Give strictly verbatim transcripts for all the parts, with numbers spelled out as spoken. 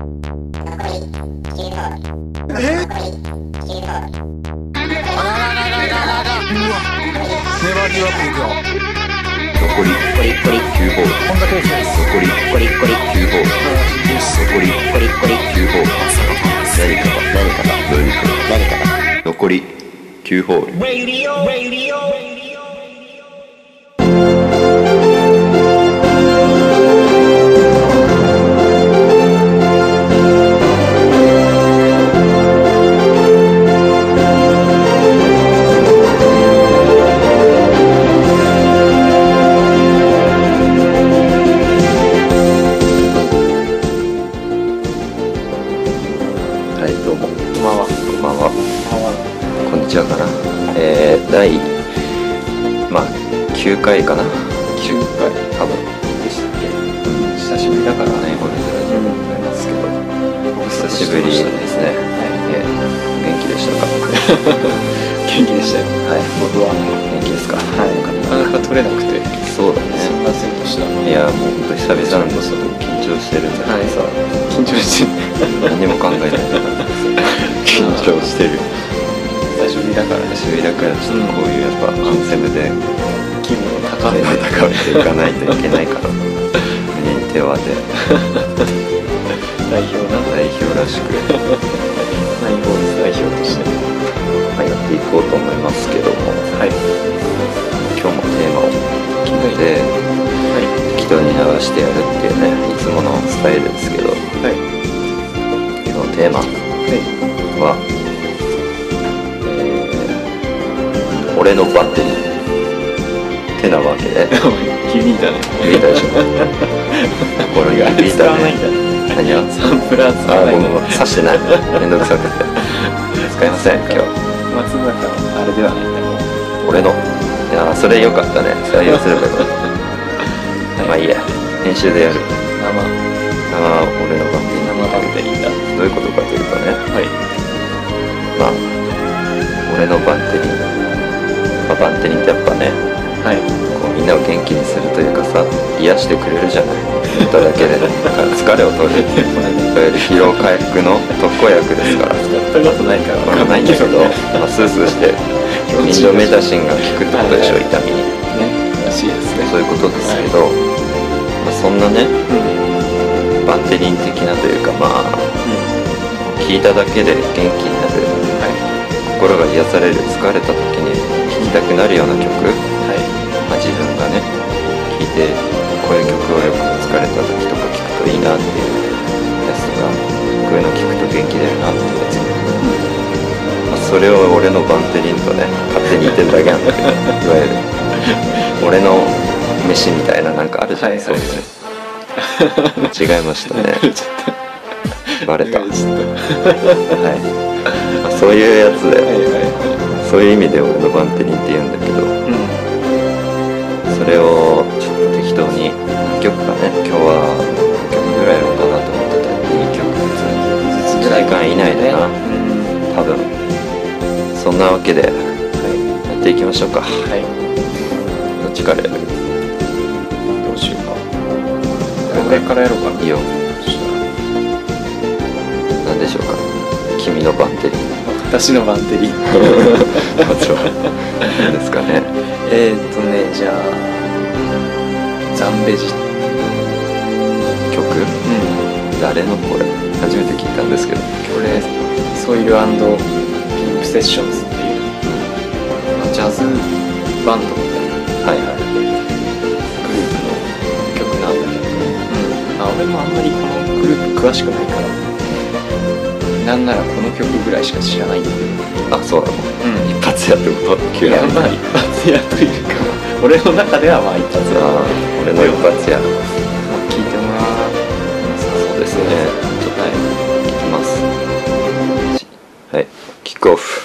粘りよくいくよ。 残りコリコリきゅうホール。 本田圭佑です。 残りコリコリきゅうホール。残りコリコリきゅうホール。何かが何かが何かが何かが残りきゅうホール。はい、どうも。 こんばんは。 こんばんは。こんにちはかな。えー、第、まあ、きゅうかいかな。きゅうかい、多分。 でしたっけ。久しぶりだからね、これでラジオになりますけど。 久しぶりですね。えー、元気でしたか。 元気でしたよ。 はい。 僕は元気ですか。 はいなかなか撮れなくてそうだすみね。 ませんでした。 いや、もう本当久々なんですよ。緊張してるんだけどさ、 緊張して何も考えないから緊張してる。 久しぶりだからね。 久しぶりだからちょっとこういうやっぱアンセムで気分を高めて高めていかないといけないから胸に手を当て代表な代表らしくナインボールズ代表としてまあやっていこうと思いますけども、 はい今日もテーマを決めては適当に流してやるっていうね、いつものスタイルですけど、 いはい今日のテーマはは、えー、俺のバッテリーてなわけでい響いたね。 響いたでしょこれが響い使たね。 わないんだね。 何がサンプラー使あー、 わないんだごめん、刺してない。めんどくさくて。使いません、今日。 松坂のあれではないんだもん。 俺の。いやー、それよかったね。採用すればよかった。まあいいや。編集でやる。 生ああ、俺のバッテリー。 生バッテリーだ。 どういうことかというとね、 はいまあ、俺のバッテリー。まあ、バッテリーってやっぱね、 はいこうみんなを元気にするというかさ、癒してくれるじゃない。歌だけで。疲れを取る。いわゆる疲労回復の特効薬ですから。 使ったことないからこれはないんだけど、まあ、スースーしてインドメタシンが効くってことでしょ、痛みに。 ねらしいですね。 そういうことですけど、まあ、そんなねうんバンテリン的なというか、まあ聞いただけで元気になる、心が癒される、疲れた時に聴きたくなるような曲、 はいまあ、自分がね聴いてこういう曲をよく疲れた時とか聴くといいなっていうやつとか、こういうの聴くと元気出るなっていうやつ、まあ、それを俺のバンテリンとね勝手に言ってるだけなんだけどいわゆる俺の飯みたいななんかあるじゃない、 はいそういうの違いましたねバレたはい、まあ、そういうやつで、 はいはいそういう意味で俺のバンテリンって言うんだけど、 うんそれをちょっと適当に何曲かね、今日は何曲ぐらいやろうかなと思ってた。いい曲ずついちじかん以内でな、 うん多分。そんなわけで、やっていきましょうか。 はいどっちからやる？ どうしようか。俺からやろうかな。 いいよ。 そしたら何でしょうか。君のバンテリン。 私のバンテリーまずは何ですかね。 えーっとねじゃあザンベジ曲？ うん誰のこれ？初めて聞いたんですけど。 これソイル&ピンクセッションズっていう、まあ、ジャズバンドみたいなはいはい。 グループの曲なんだけど、うんまあ、俺もあんまりこのグループ詳しくないからなんならこの曲ぐらいしか知らないんだけど、 あ、そうなの。 うん一発やってこと？急ないやまあ一発屋というか俺の中ではまあ一発屋あー、俺の一発や。 聞いてもらますか。 そうですね。ちょっとはいいきます。はい、キックオフ。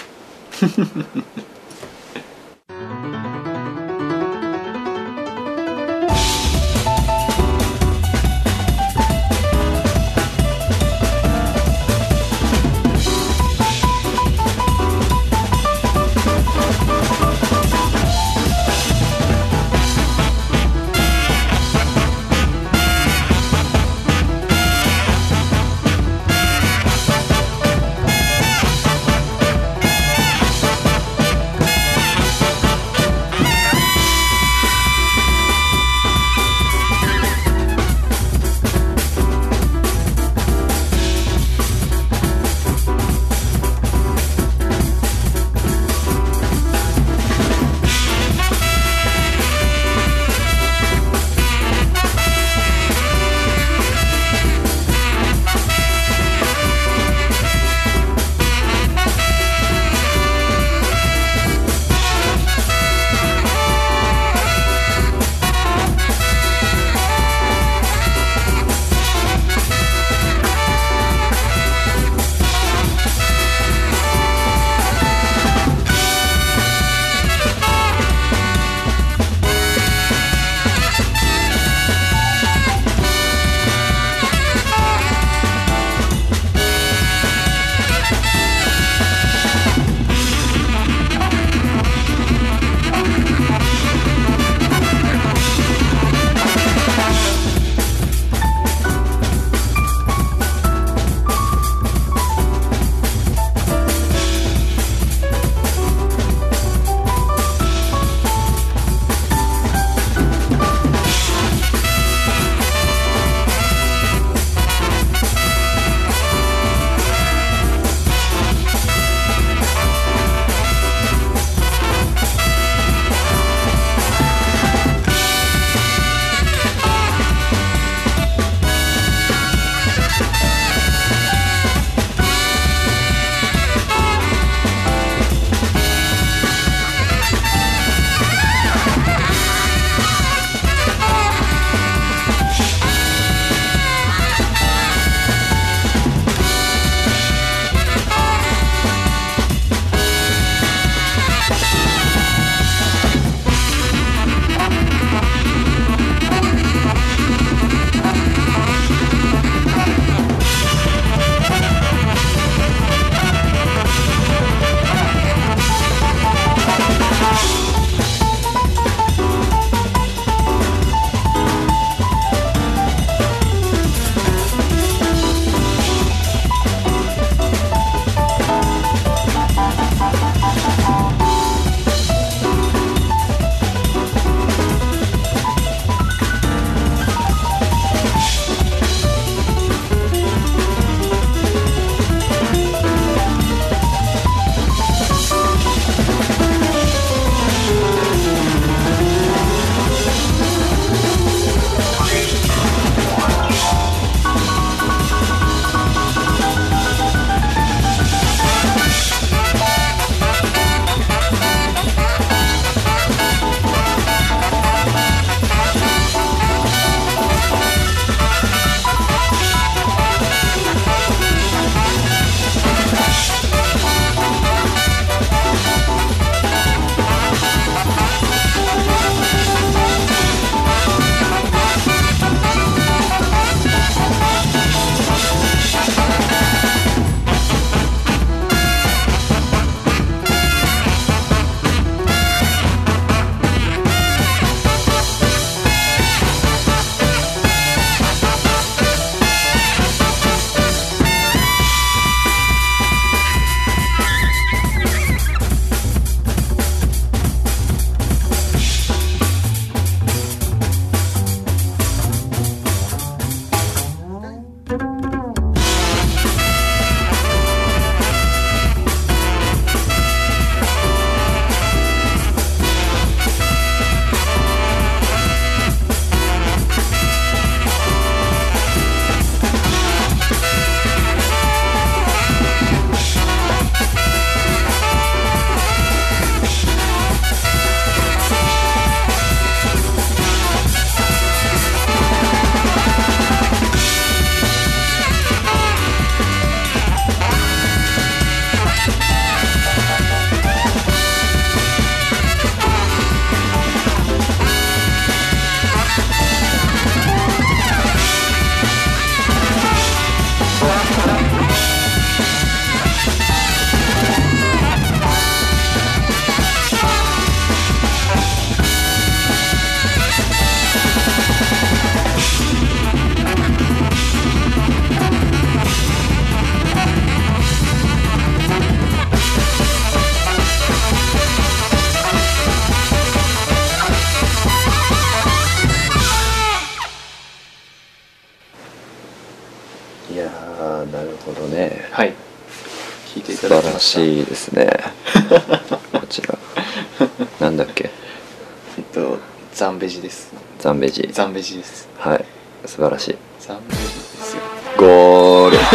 いやー、なるほどね。 はい、聞いてい素晴らただきました。 しいですね。こちらなんだっけ、 えっとザンベジです。 ザンベジ。 ザンベジです。 はい、素晴らしい。 ザンベジですよ。 ゴール。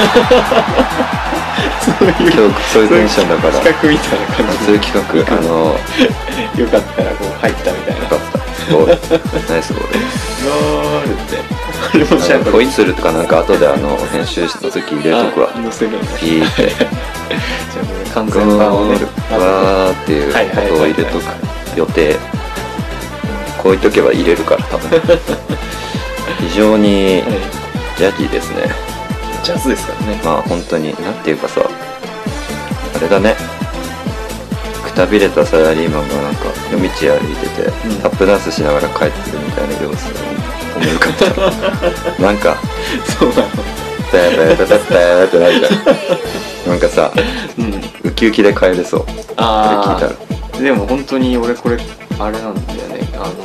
そういう今日そういうテンションだから、 企画みたいな感じそういう企画、あのよかったらこう入ったみたいな。 よかったゴール、ナイスゴールです。 ゴールってあれもしゃべホイッスルとかなんか後であの編集した時入れとくわ。 載せるんだ。 ピーってじゃあもう完ゴ全版をねールわーっていう音を入れとく予定。こう言っとけば入れるから多分。非常にジャジーですね。 ジャズですからね。 まあ本当になんていうかさ、あれだね、くたびれたサラリーマンがなんか夜道歩いてて、 うんタップダンスしながら帰ってるみたいな様子を思い浮かべた。なんかそうなの。 タータタタターってなるじゃん。なんかさ、 うん。 ウキウキで帰れそう。これ聞いあたら。 あ。でも本当に俺これあれなんだよね。あの、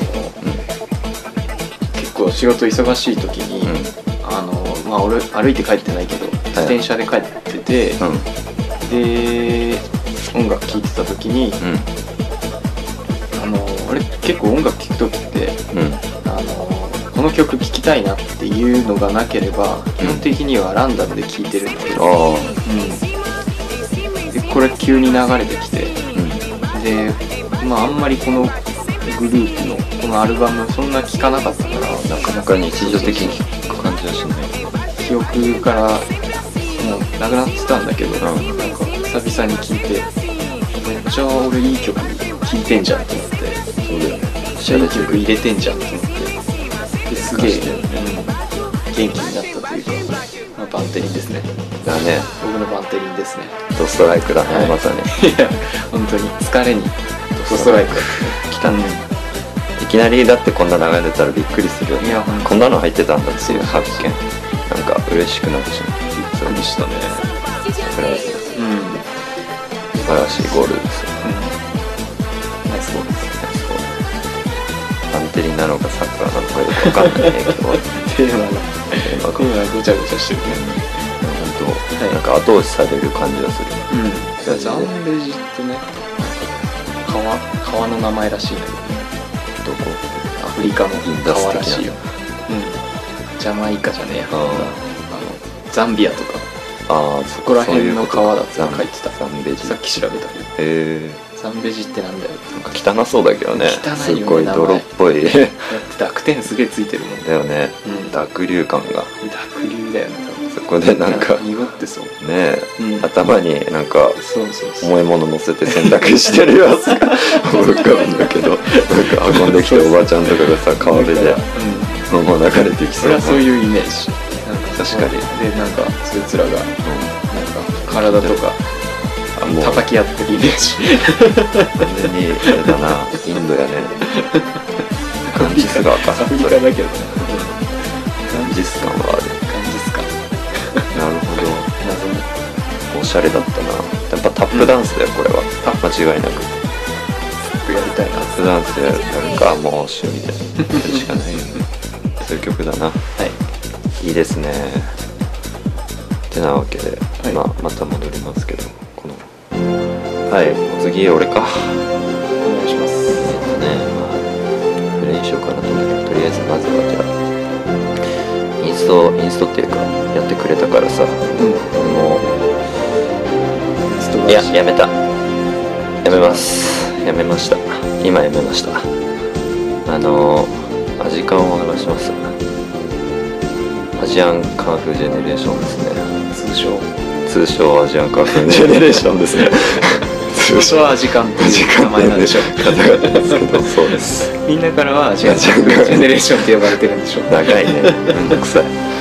結構仕事忙しい時に、あのまあ俺歩いて帰ってないけど自転車で帰ってて、 うんうんで音楽聴いてた時に、あの俺結構音楽聴く時ってうんうんあのこの曲聴きたいなっていうのがなければ基本的にはランダムで聴いてるんだけど、 あうん、でこれ急に流れてきて、 あうんでまああんまりこのグループのこのアルバムそんな聴かなかったからなかなか日常的に聞く感じはしない。 記憶からもうなくなってたんだけど、 うんなんか久々に聴いてめっちゃ俺いい曲聴いてんじゃんと思って、 そうだよね。 めっちゃいい曲入れてんじゃんと思ってですげえ、うん、元気になったというか、まあ、バンテリンですね。 だね。 僕のバンテリンですね。 ドストライクだね、 はいまさに。 いや本当に疲れにドストライク来たね。 いきなりだってこんな流れてたらびっくりするよね。 いやほんとこんなの入ってたんだっていうそう発見。なんか嬉しくなってしまう。 びっくりしたね。 サプライズです。 うん、うん、 素晴らしいゴールですよ。 ナイスボールです。 バンテリンなのかサッカーなのかよくわかんないねけど、 テーマがテーマがテーマがごちゃごちゃしてるね。 本当、 はいなんか後押しされる感じがする。 うん、ザンベジってね、川川の名前らしいんだけど、 どこ？ アフリカのインダス的な川らしいよ。うん、ジャマイカじゃねえや、 あーあのザンビアとかああ、 そこら辺の川だって書いてた。 ザンベジ。 さっき調べたけど、 へえ。 ザンベジってなんだよって。 なんか汚そうだけどね。 汚いよねすっごい泥っぽい。だだって濁点すげえついてるもんね。 よね。 うん、 濁流感が。 濁流だよねそこで多分。 なんか濁ってそう。 ねうんえ、頭になんかそうそうそう。 重いもの乗せて洗濯してるやつが浮かぶんだけど、なんか運んできたおばちゃんとかがさ、川辺でうん、 もう流れてきそうな。 それはそういうイメージ。なんか確かにでなんかそいつらがなんか体とかあ、もう叩き合ってるイメージ。 完全にあれだな、インドやね。ガンジス川か。 アフリカそれだけどね。 ガンジス感はある。 感じですか。 なるほ謎の。 ど。おしゃれだったな。やっぱタップダンスだよ、これは。間違いなく。 やりたいな。 タップダンスやるか、もう趣味で。それしかないよね。そういう曲だな。 はい。 いいですね。てなわけで、 はいまあ、また戻りますけど、このはい次俺か。 お願いします。 えっとね、まあどれにしようかなと思うけど、とりあえずまずはじゃあインストインストっていうかやってくれたからさ、 うん。 もストういややめたやめますやめました今やめました。あのー、アジカンを話します。アジアンカンフージェネレーションですね。 通称通称アジアンカンフージェネレーションですね。 通称はアジカンっていう名前なんでしょ。 方々ですけど、そうです。 みんなからはアジアンカンフージェネレーションって呼ばれてるんでしょ。 長いね、めんどくさい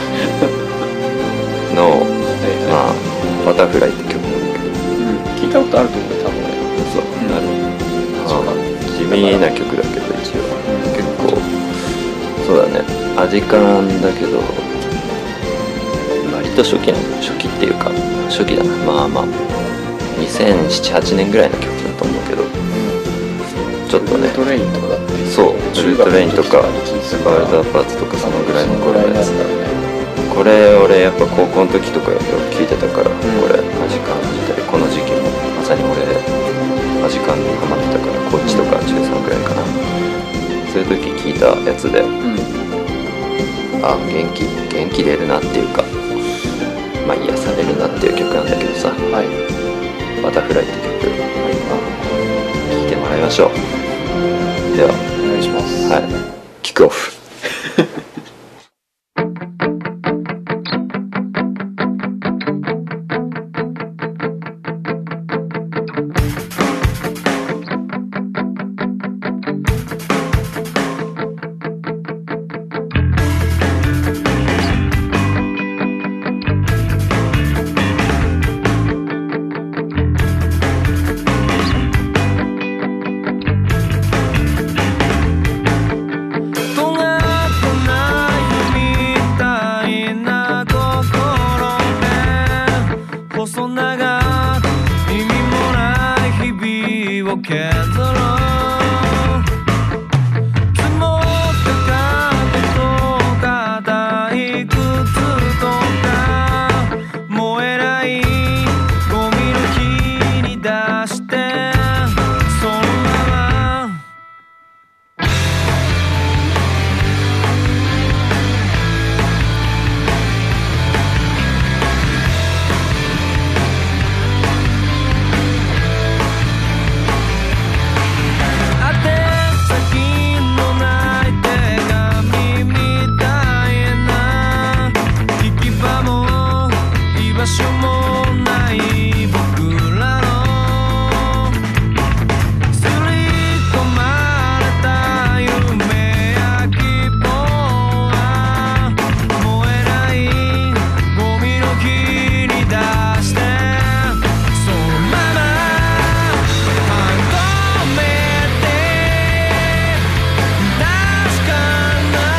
の、まあバタフライって曲なんだけど、 うん、聞いたことあると思う多分俺。 そう、 うんなる、 そうかまあ地味な曲だけど一応結構そうだね、アジカンだけど割と初期の初期っていうか初期だな、まあまあにせんなな、はちねんぐらいの曲だと思うけど、ちょっとね、 トレインとかだってそう、ブルートレインとか中学の時に聞いてたバからールドアパーツとかそのぐらいのそのぐらいのや頃のやつつだよね。 これ俺やっぱ高校の時とかよく聞いてたから、 んこれアジカン聞いたり、この時期もまさに俺アジカンにハマってたから、こっちとか中さんぐらいかな、そういう時聞いたやつで、 うんあ元気元気出るなっていうか、まあ癒されるなっていう曲なんだけどさ、 はいバタフライって曲、聴いてもらいましょう。ではお願いします。 はい、キックオフ。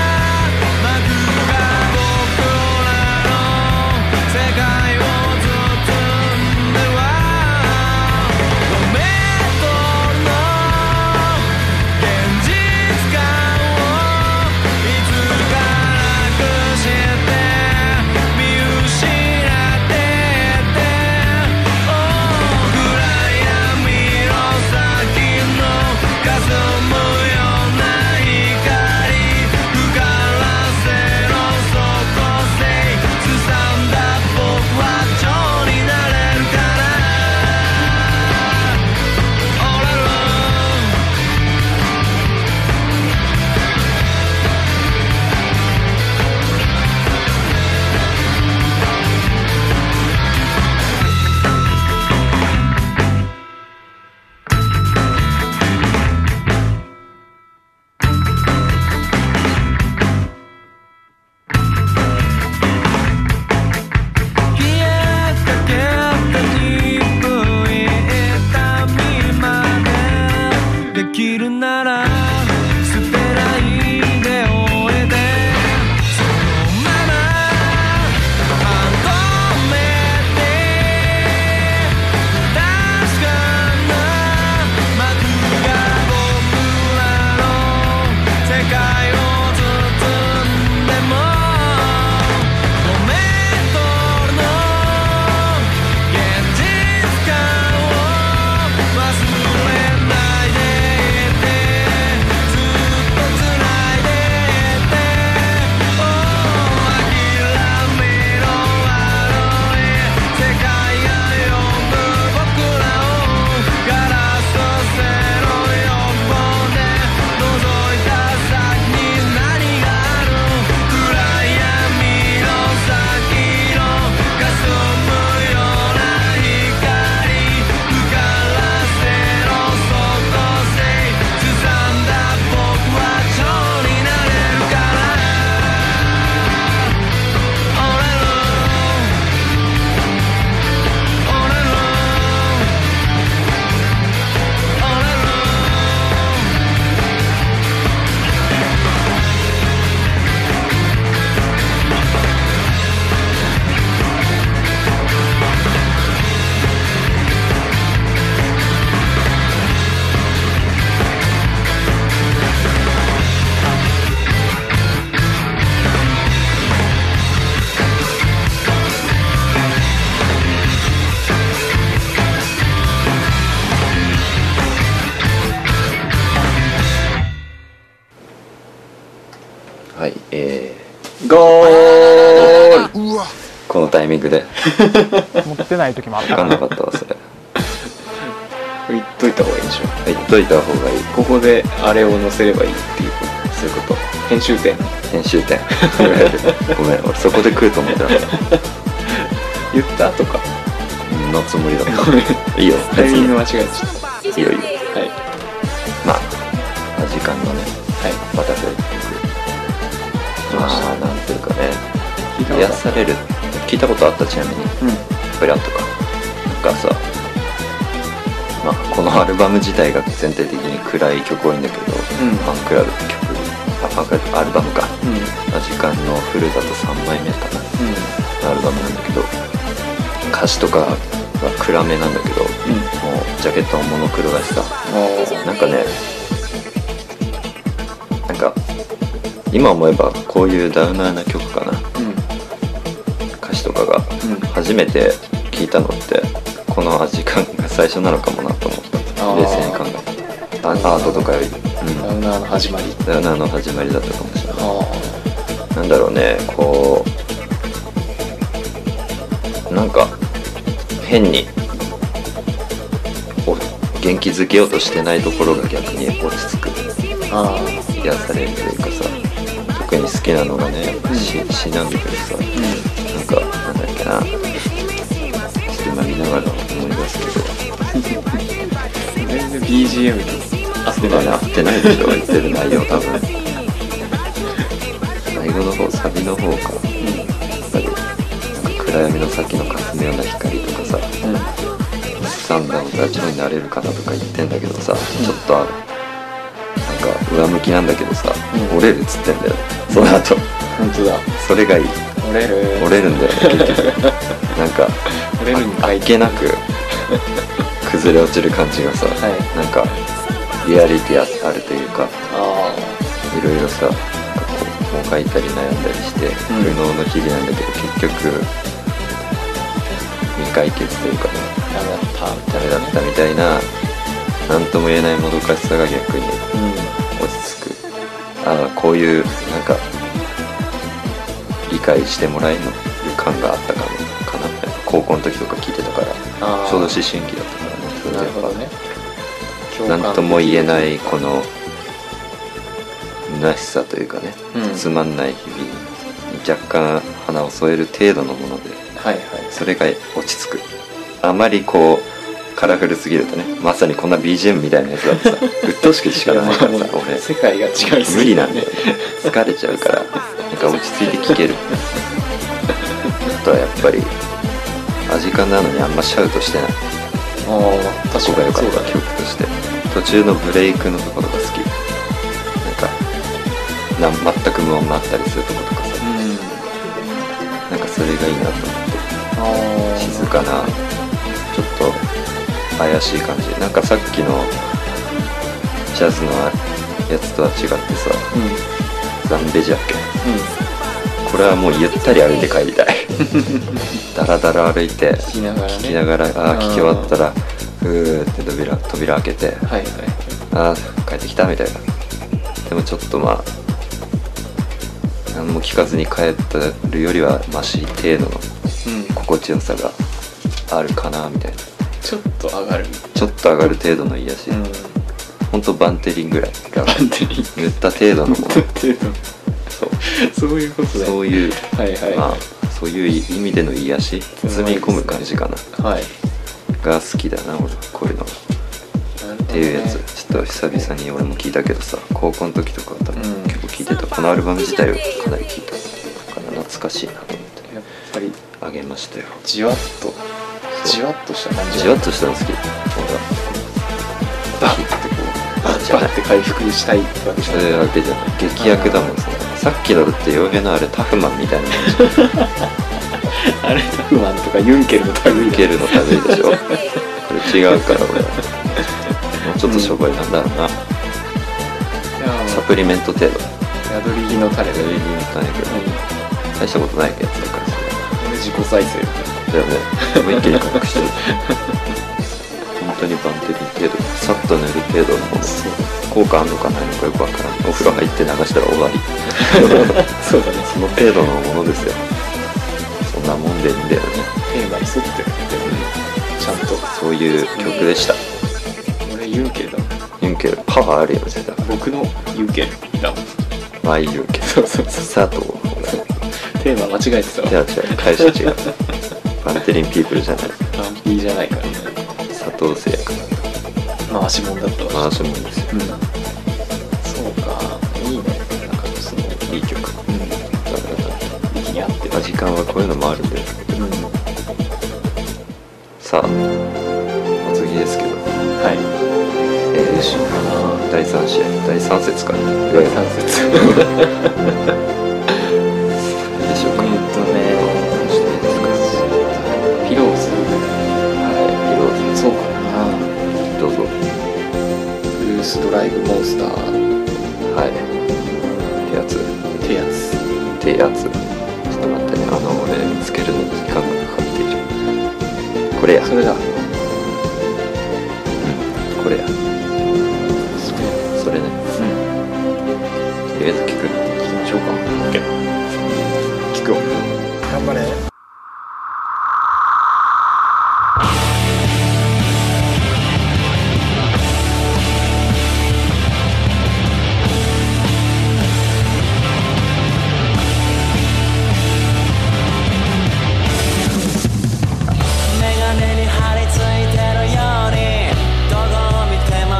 世界をずっゴール。 うわこのタイミングで持ってない時もあった分かんからなかったわそれ。 言っといた方がいいでしょ。 言っといた方がいい。 ここであれを載せればいいっていうそういうこと。 編集点編集点ごめん俺そこで食うと思ってなかった言った後か。 のつもりだっごめんた。いいよタイミング別に間違えちゃった。 いいよいいよ。 はいまあ時間のねはい。 バタフライ曲、まあなんていうかね聞いたこと癒される。聞いたことあった？ちなみにやうんっぱりあったか。なんかさ、まあこのアルバム自体が全体的に暗い曲多いんだけど、 うんファンクラブって曲、あファンクラブアルバムか、 うんうん時間のフルだとさんまいめかなアルバムなんだけど、歌詞とかは暗めなんだけど、もうジャケットもモノクロだしさ、 うん。 なんかね、なんか今思えばこういうダウナーな曲かな。歌詞とかが初めて聞いたのってこの時間が最初なのかもなと思った。 あー冷静に考えてアアートとかより、うダウナーの始まり。 ん、ダウナーの始まりだったかもしれない。 あなんだろうね、こうなんか変にお元気づけようとしてないところが逆に落ち着く、 ああ癒されるというかさ、特に好きなのがね、詩詩なんだけどさ、 うなんかなんだっけな、ちょっと今見ながら思い出すけど、 ん。全然 ビージーエム に合ってないな。 合ってないでしょ言ってる内容多分。最後の方サビの方か、やっぱりなんか暗闇の先の霞むような光とかさ、スタンダーのダチョウになれる方とか言ってんだけどさ、ちょっとなんか上向きなんだけどさ、 うん折れるっつってんだよその後。 本当だ。 それがいい。 折れる。 折れるんだよね結局。なんか折れるにあっけなく崩れ落ちる感じがさ、 はいなんかリアリティあるというか、 あいろいろさ、なんかこうもう書いたり悩んだりしてうん苦悩の日々なんだけど、結局未解決というかね、 あダメだったダメだったみたいな、なんとも言えないもどかしさが逆にう落ち着く。ああこういうなんか理解してもらえる感があったかもかな。高校の時とか聞いてたから、 ん。ああちょうど思春期だったからね。それでなやっぱるほどね。 なんとも言えないこの虚しさというかね、 うんつまんない日々に若干花を添える程度のもので、 はいはい。 それが落ち着く。あまりこうカラフルすぎるとね、まさにこんな ビージーエム みたいなやつだとさ鬱陶しくしかないからさ、俺世界が違いす無ぎる理なんだよね。疲れちゃうから、なんか落ち着いて聴ける。あとはやっぱりアジカンなのにあんまシャウトしてない。 ああ確かそこが良かったにそうだね。 曲として。途中のブレイクのところが好き。なんかな全く無音があったりするとことかさ、 うん。 なんかそれがいいなと思って。 ああ静かなちょっと怪しい感じ。なんかさっきのジャズのやつとは違ってさ、 うんうん。 ザンベジャッケ、これはもうゆったり歩いて帰りたい。ダラダラ歩いて聞きながらね。 聞きながら、あー聞き終わったらふーって扉扉開けて、 はいはい。 あー帰ってきたみたいな。でもちょっとまあ何も聞かずに帰ったるよりはマシ程度のうん。 心地よさがあるかなみたいな。 ちょっと上がる。 ちょっと上がる程度の癒し、 うん。 ほんとバンテリンぐらいがバンテリン塗った程度のもの。 っていうのそうそういうことだよ。 そういう、 はいはい。 まあそういう意味での癒し、包み込む感じかな、 はい。 が好きだな俺、こういうのがっていうやつ。ちょっと久々に俺も聞いたけどさ、高校の時とか多分うん結構聞いてた。このアルバム自体をかなり聞いたから懐かしいなと思ってやっぱりあげましたよ。 じわっとじわっとした感じ。 じわっとしたの好き。俺はバッてこうバッて回復したいってわけじゃそない。 れだけじゃない、劇薬だもんさ。さっきのだって洋平のあれタフマンみたいな感じ。 あれタフマンとかユンケルのタグユンケルの類でしょ。これ違うから俺はもうちょっとしょぼい、なんだろうな、サプリメント程度、 宿り木のタレで、 レギンタネグうん大したことないやつだからさ。 俺自己再生だよね、もう一気に隠してる。本当にバンテリン程度、さっと塗る程度のもの。 そう効果あんのかないのかよくわからん。お風呂入って流したら終わりそうだね。 その程度のものですよ。そんなもんでいいんだよね。 テーマに沿ってるね。ちゃんとそういう曲でした。 俺ユンケルだもん。 ユンケルパワーあるよ絶対。 僕のユンケルだもん。 マイユンケル。 そうそうそう。 佐藤。 テーマ間違えてたわ。 いや違う、会社違う。バンテリンピープルじゃない。 パンピーじゃないからね。 佐藤製薬。 回しもんだったわ。 回しもんですよ。 うん。そうか。いいね。なんかそのいい曲。 うん。だから息に合ってる。 まあ時間はこういうのもあるんで。 うん。 さあ、お次ですけど。 はい。 えーどうしようかな。 だいさん試合、だいさん節か。 第三節。 でしょうか。 えっとね、 どうしていいですか。 ピローズ。 はい、ピローズ。 そうかな。 どうぞ。 ブルースドライブモンスターはい。ってやつ。 ってやつ。 ってやつ。ちょっと待ってね。あの、俺見つけるのに時間がかかっている。これや。 それだ。 これや。 それ。 それね。 うん。 とりあえず聞く。 聞きましょうか。オッケー。聞くよ。 頑張れ。 メガネに張り付いてるようにどこを見ても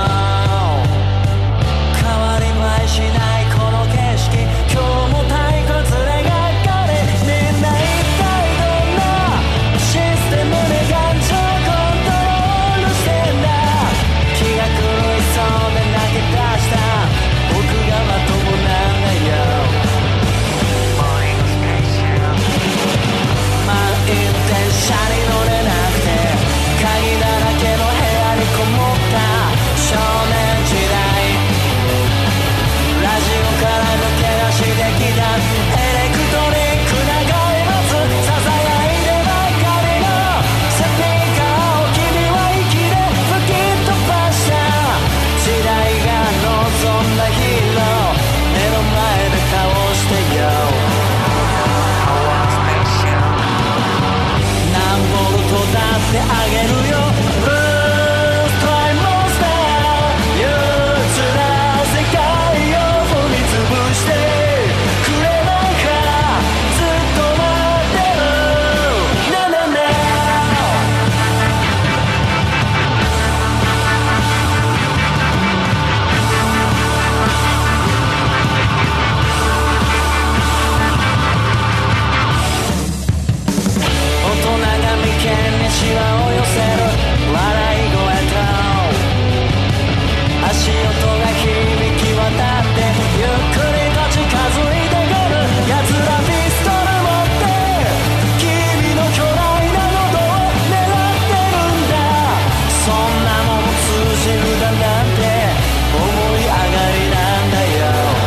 変わり映えしないこの景色。今日も退屈でがっかり。みんな一体どんなシステムで感情コントロールしてんだ。気が狂いそうで泣き出した僕がまともなんだよ。満員電車に乗れなくて鍵だらけの部屋にこもった少年時代。ラジオから抜け出してきたエレクトリックな街路ささやいでばかりのスピーカーを君は息で吹き飛ばした。時代が望んだヒーロー目の前で倒してよ。何ボルトだってあげるよ。ブルーストライモンスター憂鬱な世界を踏みつぶしてくれないかずっと待ってる。ななな大人が眉間にシワを寄せる笑い声と足音が響き渡ってゆっくりと近づいてくる奴らピストル持って君の巨大な喉を狙ってるんだ。そんなもん通じるだなんて思い上がりなんだよ。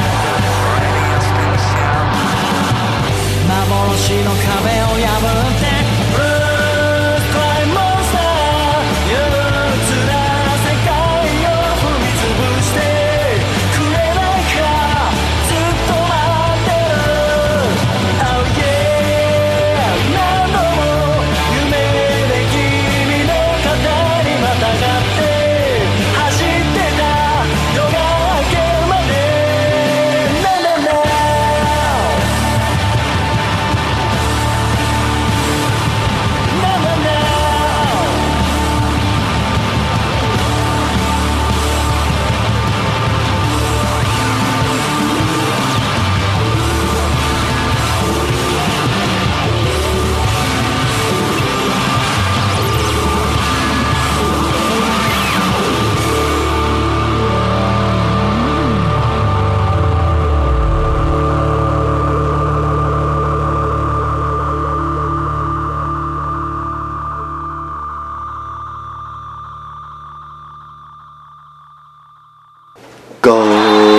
幻の壁を破ってブルーストライモンスター憂鬱な世界を踏みつぶしてくれないかずっと待ってる。Oh yeah 何度も夢で君の肩にまたがって走ってた夜が明けるまで。なななゴール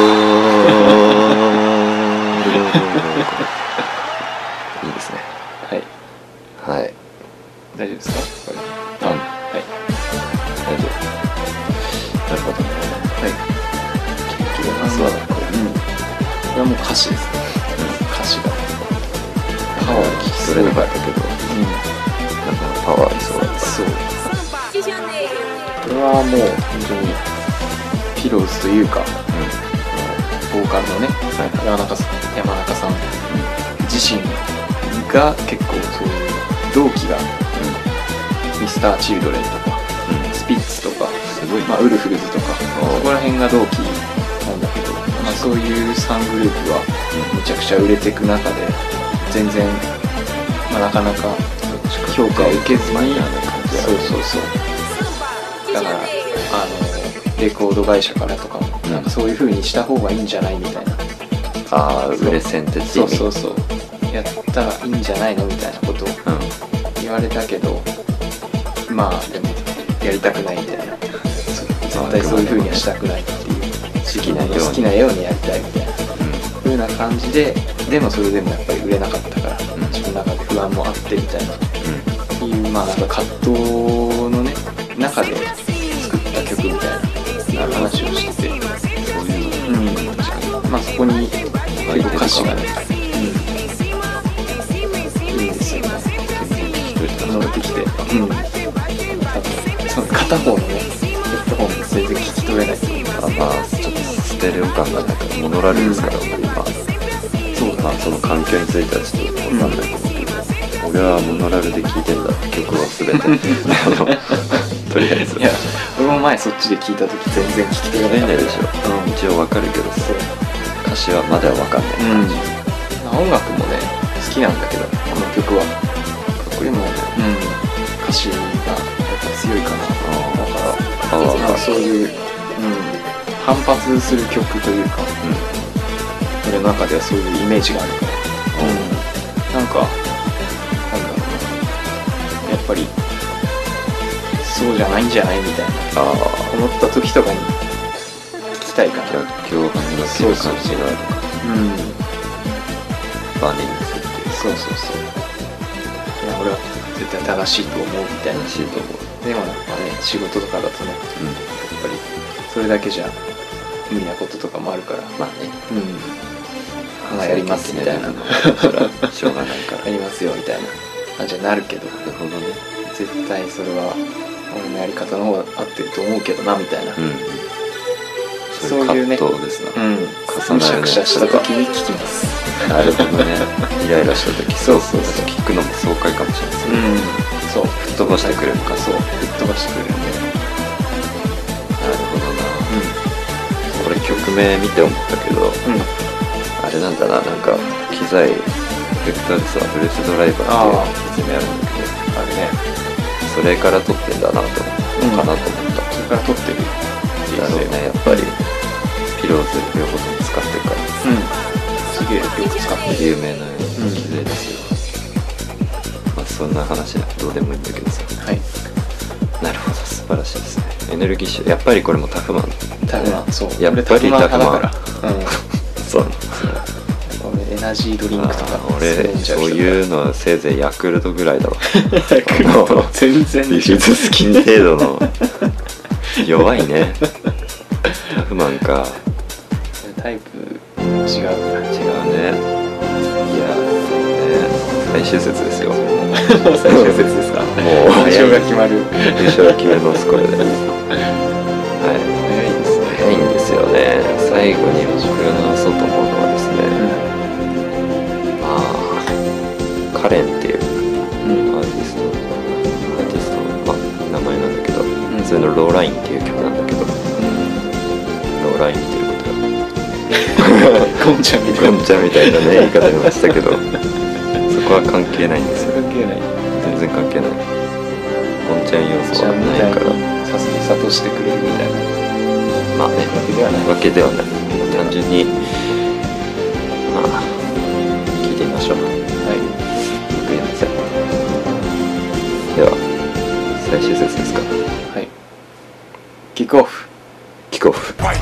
いいですね。 はい。 はい。 大丈夫ですかこれ。 あ、 はい。 大丈夫。なるほどね。 はい。 ど、 あそうだね。 これ、うん、これはもう歌詞ですね、歌詞がパワー聞き取れなかったけど、 うん、 なんかパワーありそうだった。 そう、これはもう本当にピローズというか、ボーカルのね、 はい、 山中さん、山中さん自身が結構そういう同期が、うん、ミスターチルドレンとか、うん、スピッツとか、 すごい、 まあ、ウルフルズとか、そこら辺が同期なんだけど、まあ、そういうさんグループはめちゃくちゃ売れていく中で全然、まあ、なかなか評価を受けずに、そうそうそう、だからあのレコード会社からとかも、うん、なんかそういう風にした方がいいんじゃないみたいな、 ああ売れ線ってそうそうそうやったらいいんじゃないのみたいなことを言われたけど、うん、まあでもやりたくないみたいな、絶対そういう風にはしたくないっていう、好きなように好きなようにやりたいみたいな、うん、風な感じで、でもそれでもやっぱり売れなかったから、うん、自分の中で不安もあってみたいな、うん、いうまあなんか葛藤のね中で作った曲みたいな話をしてて、そういうの、うん、確かに、まあそこに結構歌詞がね、うん、いいんですよね、乗ってきて、うん、その片方のねヘッドホン全然聞き取れないというか、 あ、まあちょっとステレオ感がなんかモノラルですから、うん、今そうだ、まあその環境についてはちょっと分かんないと思うけど、うん、俺はモノラルで聴いてんだ曲を全てとりあえず、 いや俺も前そっちで聴いた時全然聞き取れないでしょ、うん、一応分かるけどさ、歌詞はまだ分かんない感じ、 うん、音楽もね好きなんだけど、この曲はかっこいいもんね、うん、歌詞がやっぱ強いかな、だから、まあ、そういう、うん、反発する曲というか、うん、俺の中ではそういうイメージがあるから、うん、なんかなんだろうな、やっぱりそうじゃないんじゃないみたいな、あ思った時とかに聞きたいかな、 逆境を感じる感じがあるか、 うん、 バネにするっていう、 そうそうそう、いや俺は絶対正しいと思うみたいな、 正しいと思う、 でもやっぱね仕事とかだとね、うん、やっぱりそれだけじゃ無理なこととかもあるから、まあね、うん、まあやりますみたいな、 それはしょうがないからやりますよみたいな感じになるけど、 なるほどね、 絶対それは俺のやり方の方が合ってると思うけどなみたいな、うん、そういうね、 葛藤ですな、 うん、むしゃくしゃした時に聞きます。 なるほどね、イライラした時、そうそうそう、聞くのも爽快かもしれないですね、うん、そう吹っ飛ばしてくれるか、そう吹っ飛ばしてくれるんで、 なるほどな、うん、これ曲名見て思ったけど、うん、あれなんだな、なんか機材エフェクターでさ、ブルースドライバーっていう説明あるんだけど、あれね、それから撮ってんだなと思った、うん、かなと思った、 それから撮ってるだろうね、やっぱりピローズ両方とも使ってるから、 うん、すげえよく使ってる、 有名な機材ですよ、うん、まあそんな話はどうでもいいんだけどさ、はい、なるほど、素晴らしいですね、エネルギッシュ、やっぱりこれもタフマン、 タフマン、そう、 やっぱりタフマン、 うん、 そう、 俺エナジードリンクとか俺そういうのはせいぜいヤクルトぐらいだわヤクルト全然ビフィズスキン程度の弱いねタフマンか、 タイプ違う違うね、 いやね、最終節ですよ最終節ですか、もう優勝が決まる、 優勝が決めますこれで、はい、 早いですね、 早いんですよね、最後に僕が話そうと思うのはですね、うん、まあカレンっていう、うん、アーティストアーティストの、まあ、名前なんだけど、うん、それのローラインっていう曲なんだけど、うん、ローライン見てることがゴンちゃんみたいなゴンちゃんみたいなね言い方もしたけどそこは関係ないんですよ、 関係ない、 全然関係ない、ゴンちゃん要素はないからさすが諭してくれるみたいな、 まあね、わけではないわけではない、単純にまあ聞いてみましょう、はい、わかりません、では最終節ですか、 はい、キックオフキックオフ、はい、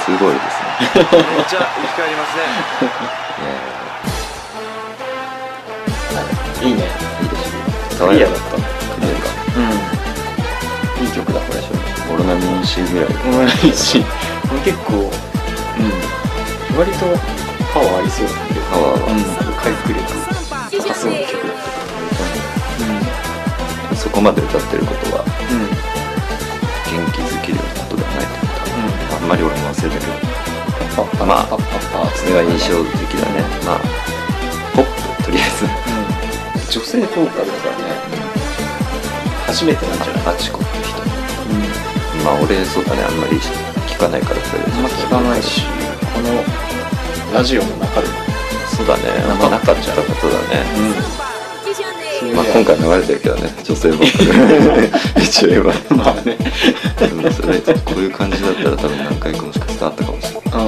すごいですね。 めっちゃ生き返りますね。 いいね。 いいでしょ。 クリアだった。 クリアか。 うん。いい曲だこれ。 オロナミン C ぐらい。 もうないし、これ結構、うん、割とパワーありそうだけど、 パワーは、 うん、回復力高そうな曲だった。 うん、そこまで歌ってることは、 うん、 元気づけるようなことではないと思った。うん、あんまり俺も忘れたけど、 パッパッまあパッパッパッそれが印象的だね。まあポップとりあえず、 うん、女性ボーカルだからね、うん、初めてなんじゃない？ あちこって人。まあ俺そうだね、あんまり聞かないからそれあんま聞かないし、このラジオの中でもそうだね、あんまなかったことだね。 うん、 まあ今回流れてるけどね、女性ボーカル一応言えばまあね、 でもそれこういう感じだったら多分何回かもしかしたらあったかもしれない。 うん、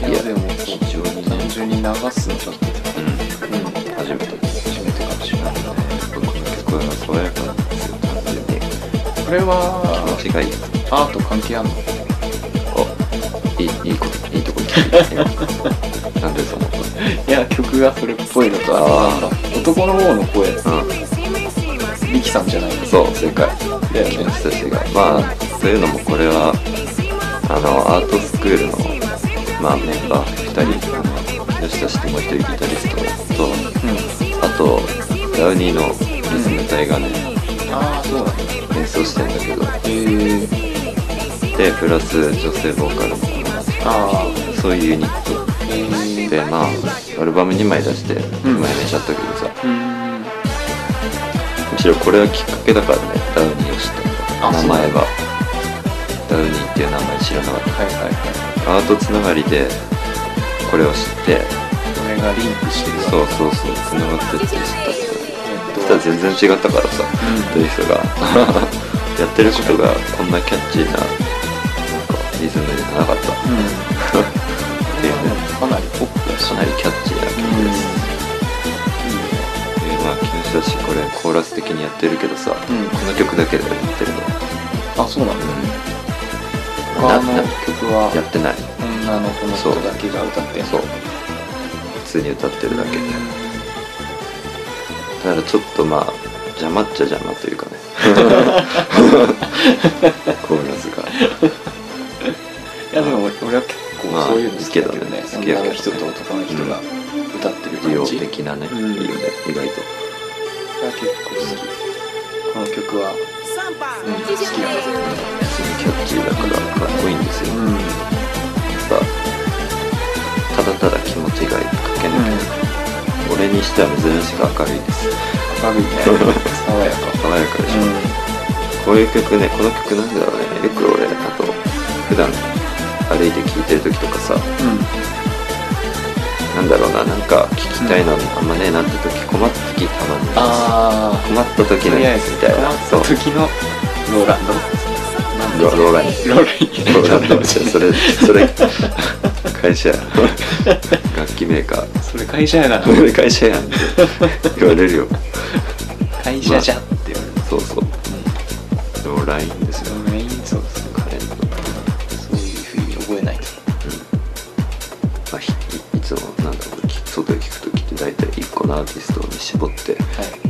いやでも非常に単純に流すのちょっと、 うん、うん、初めて初めてかもしれないね。この曲は爽やかなんですよ、単純に。 これは気持ちがいい。 アート関係あんの？ あ、いい、いいこと、いいとこ聞いてなんでそう思ったの？ いや、曲がそれっぽいのと、あと男の方の声、 うん、 リキさんじゃない？ そう、正解。 だよね。 君たちが、まあそういうのもこれはあのアートスクールのまあメンバーふたり、あの吉田氏ともう一人ギタリストと、うん、あとダウニーのリズム隊がね、 うん、ああそうなんだ。 演奏してんだけど、 へー、 でプラス女性ボーカルも、 あそういうユニットで、まあアルバムにまい出して今やめちゃったけどさ、 うん、 むしろこれはきっかけだからね、ダウニーを知った。名前はダウニーっていう名前知らなかった。 はいはいはい。 アートつながりでこれを知って、 これがリンクしてるわ。 そうそうそう、つながってって知ったけど、そしたら全然違ったからさ、 うん、 という人がやってることがこんなキャッチーな、なんかリズムじゃなかった、うん、っていうね。 かなりポップだし、 かなりキャッチーな曲です、うん、いいね。でまあ木下氏これコーラス的にやってるけどさ、うん、この曲だけでやってるの。 あ、そうなんだ、うん、他の曲はやってない。 女の子の人だけが歌ってんの？ そう、普通に歌ってるだけで、だからちょっとまあ邪魔っちゃ邪魔というかねコーラスがいやでも俺は結構そういうの好きだけどね、 好きやけどね、 女の人と男の人が歌ってる利用感じ、 的なね、 うん、 いいよね、意外と。 それは結構好き、この曲は、うん、好きだね。 普通にキャッチーだからかっこいいんですよ、うん、やっぱただただ気持ちがいい、駆け抜け、うん、俺にしては珍しく明るいです。 明るいね爽やか爽やかでしょ、うん、こういう曲ね、この曲なんだろうね、よく俺あと普段歩いて聴いてる時とかさ、うん、なんだろうな、なんか聴きたいのあんまねえなって時、困った時たまにあ困った時のやつみたいな、 困った時のローランドローランドローランドそれそれ会社や楽器メーカー、 それ会社やがな、 それ会社やんって言われるよ会社じゃんって言われる、 まあ、そうそう、うん、ローラインですよ、 メイン、そうですね、 彼のそういうふうに覚えないと、 うん、まあ、い, いつもなんだろう、外で聴く時って大体いっこのアーティストに絞って、はい、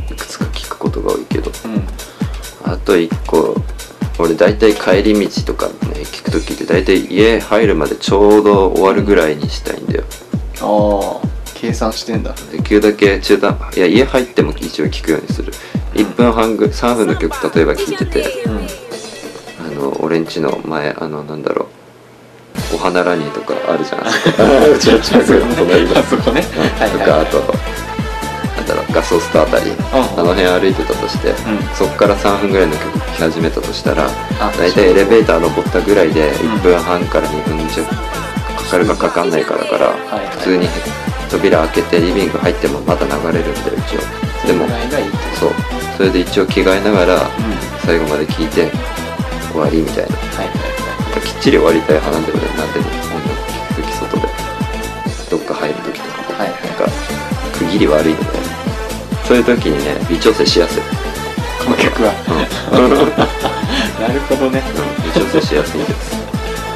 いくつか聴くことが多いけど、うん、あといっこ俺大体帰り道とかね聞くときって大体家入るまでちょうど終わるぐらいにしたいんだよ。 ああ、計算してんだ。 できるだけ中断、いや家入っても一応聞くようにする。いっぷんはんぐさんぶんの曲例えば聴いてて、うん、あの俺んちの前、あのなんだろう、お花ラニーとかあるじゃないですかうちの近くの隣だあそこね、 うん、とか、あとなんだろう、ガソスタあたり、あの辺歩いてたとして、うん、そっからさんぷんぐらいの曲聴き始めたとしたら、だいたいエレベーター登ったぐらいでいっぷんはんからにふんじゃかかるかかかんないかだから、普通に扉開けてリビング入ってもまだ流れるんだよ一応。でもそう、それで一応着替えながら最後まで聴いて終わりみたいな、はいはいはい、きっちり終わりたい派なんで俺、なんでも音楽聴く時外でどっか入る時とか、はいはい、なんか区切り悪いので、そういう時にね微調整しやすい、 この曲は、うん、なるほどね、 うん、微調整しやすいです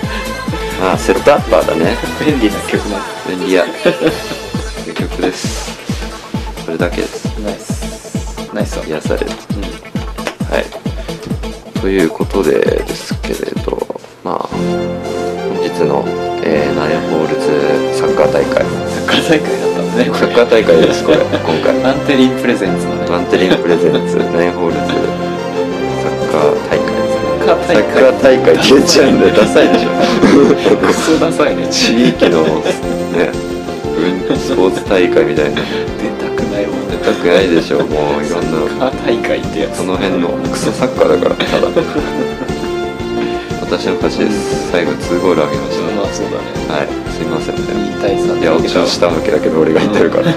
まあセットアッパーだね。 便利な曲なんで便利屋という曲です。それだけです。 す。ナイスナイスだ。 癒される。 うんはい、ということでですけれど、まあ本日の、えー、ナインホールズサッカー大会、 サッカー大会だったんだね。 サッカー大会ですこれ今回。 バンテリンプレゼンツのね。 バンテリンプレゼンツナインホールズサッカー大会ですね。 サッカーサッカー大会って言っちゃうんでダサいでしょ。 クソダサいね。 地域のね、うんスポーツ大会みたいな出たくないもんね。 出たくないでしょ。もういろんなサッカー大会ってやつ。 その辺のクソサッカーだからただ私の勝ちです。最後ツーゴール上げました。 まあそうだね。 はい、すいませんね。 に対さん。 いや、私は下向けだけど俺が言ってるからそ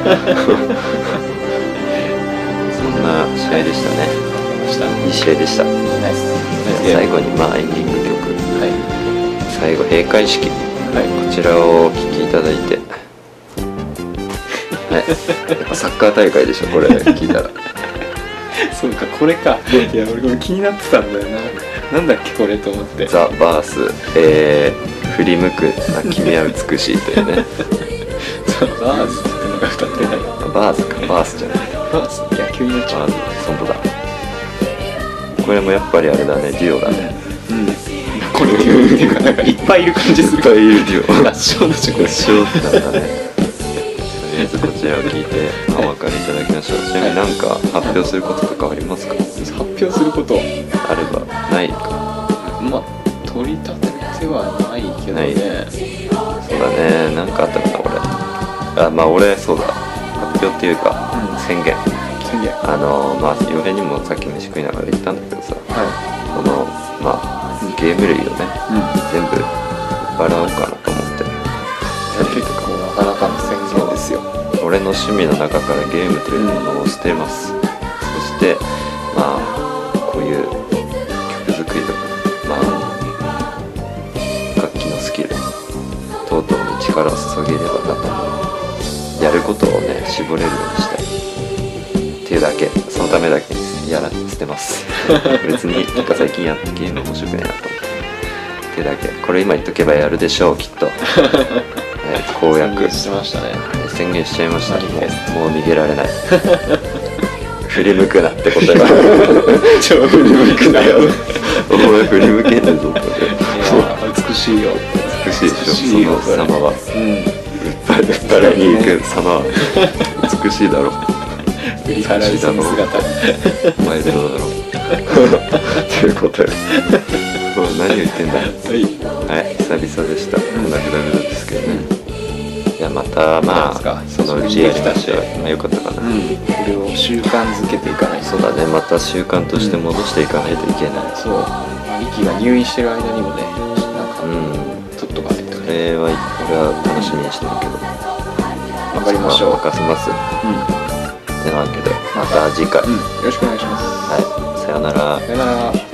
んな試合でしたね。 した。 いい試合でした。 ナイス。 最後にまあエンディング曲、 はい最後閉会式、 はい。 こちらをお聴きいただいてはい、やっぱサッカー大会でしょこれ聞いたら。 そうか、これか。いや、俺これ気になってたんだよな。なんだっけこれと思って。 ザ・バース、えー、振り向くな君は美しいというねザ・バースってのが歌ってない。 バースか、バースじゃない、 バース野球になっちゃう。 バース、本当だ。これもやっぱりあれだね、デュオだね。 うん。これっていうか、なんかいっぱいいる感じする。 いっぱいいるデュオ。 合唱の曲。 合唱なんだね。とりあえずこちらを聞いてお分かりいただきましょう。ちなみに何か発表することとかありますか？ 発表することあればないか。 まあ取り立ててはないけどないね。 そうだね、なんかあったかな俺。あ、まあ俺そうだ、発表っていうか、 うん宣言。 宣言。 あのまあ洋平にもさっき飯食いながら言ったんだけどさ、 はこのまあゲーム類をねい。うん。 全部売っ払おうかなと思って。 結構なかなかの宣言ですよ。 俺の趣味の中からゲームというものを捨てます、そしてまあこういう曲作りとか、まあ楽器のスキル等々に力を注げればなと、やることをね絞れるようにしたいっていうだけ、そのためだけにやら捨てます別になんか最近やってゲーム面白くないなと思ってっていうだけ。これ今言っとけばやるでしょうきっとえー公約宣言してましたね。 宣言しちゃいましたね。 マニフェスもうもう逃げられない振り向くなってことが超振り向くなよ。 お前振り向けんねんぞこれ。 いや美しいよ。 美しいでしょ美しいよその様は。 うん。 うっぱらに行く様は美しいだろ。 振り払うその姿。 お前ゼロだろということでもう何を言ってんだ。 はい。 はい、久々でした。こんなグダグダですけどね。いやまたまあそうですかそのうちやりましょう。まあよかったかな。 うん。これを習慣づけていかないと。 そうだね、また習慣として戻していかないといけない。 そう。リキが入院してる間にもね、なんかうん、 取っとかないとこね。 れは俺は楽しみにしてるけど、 頑張りましょう。 任せます。 うん。 てなわけでまた次回、 うん。よろしくお願いします。 はい、さよなら。 さよなら。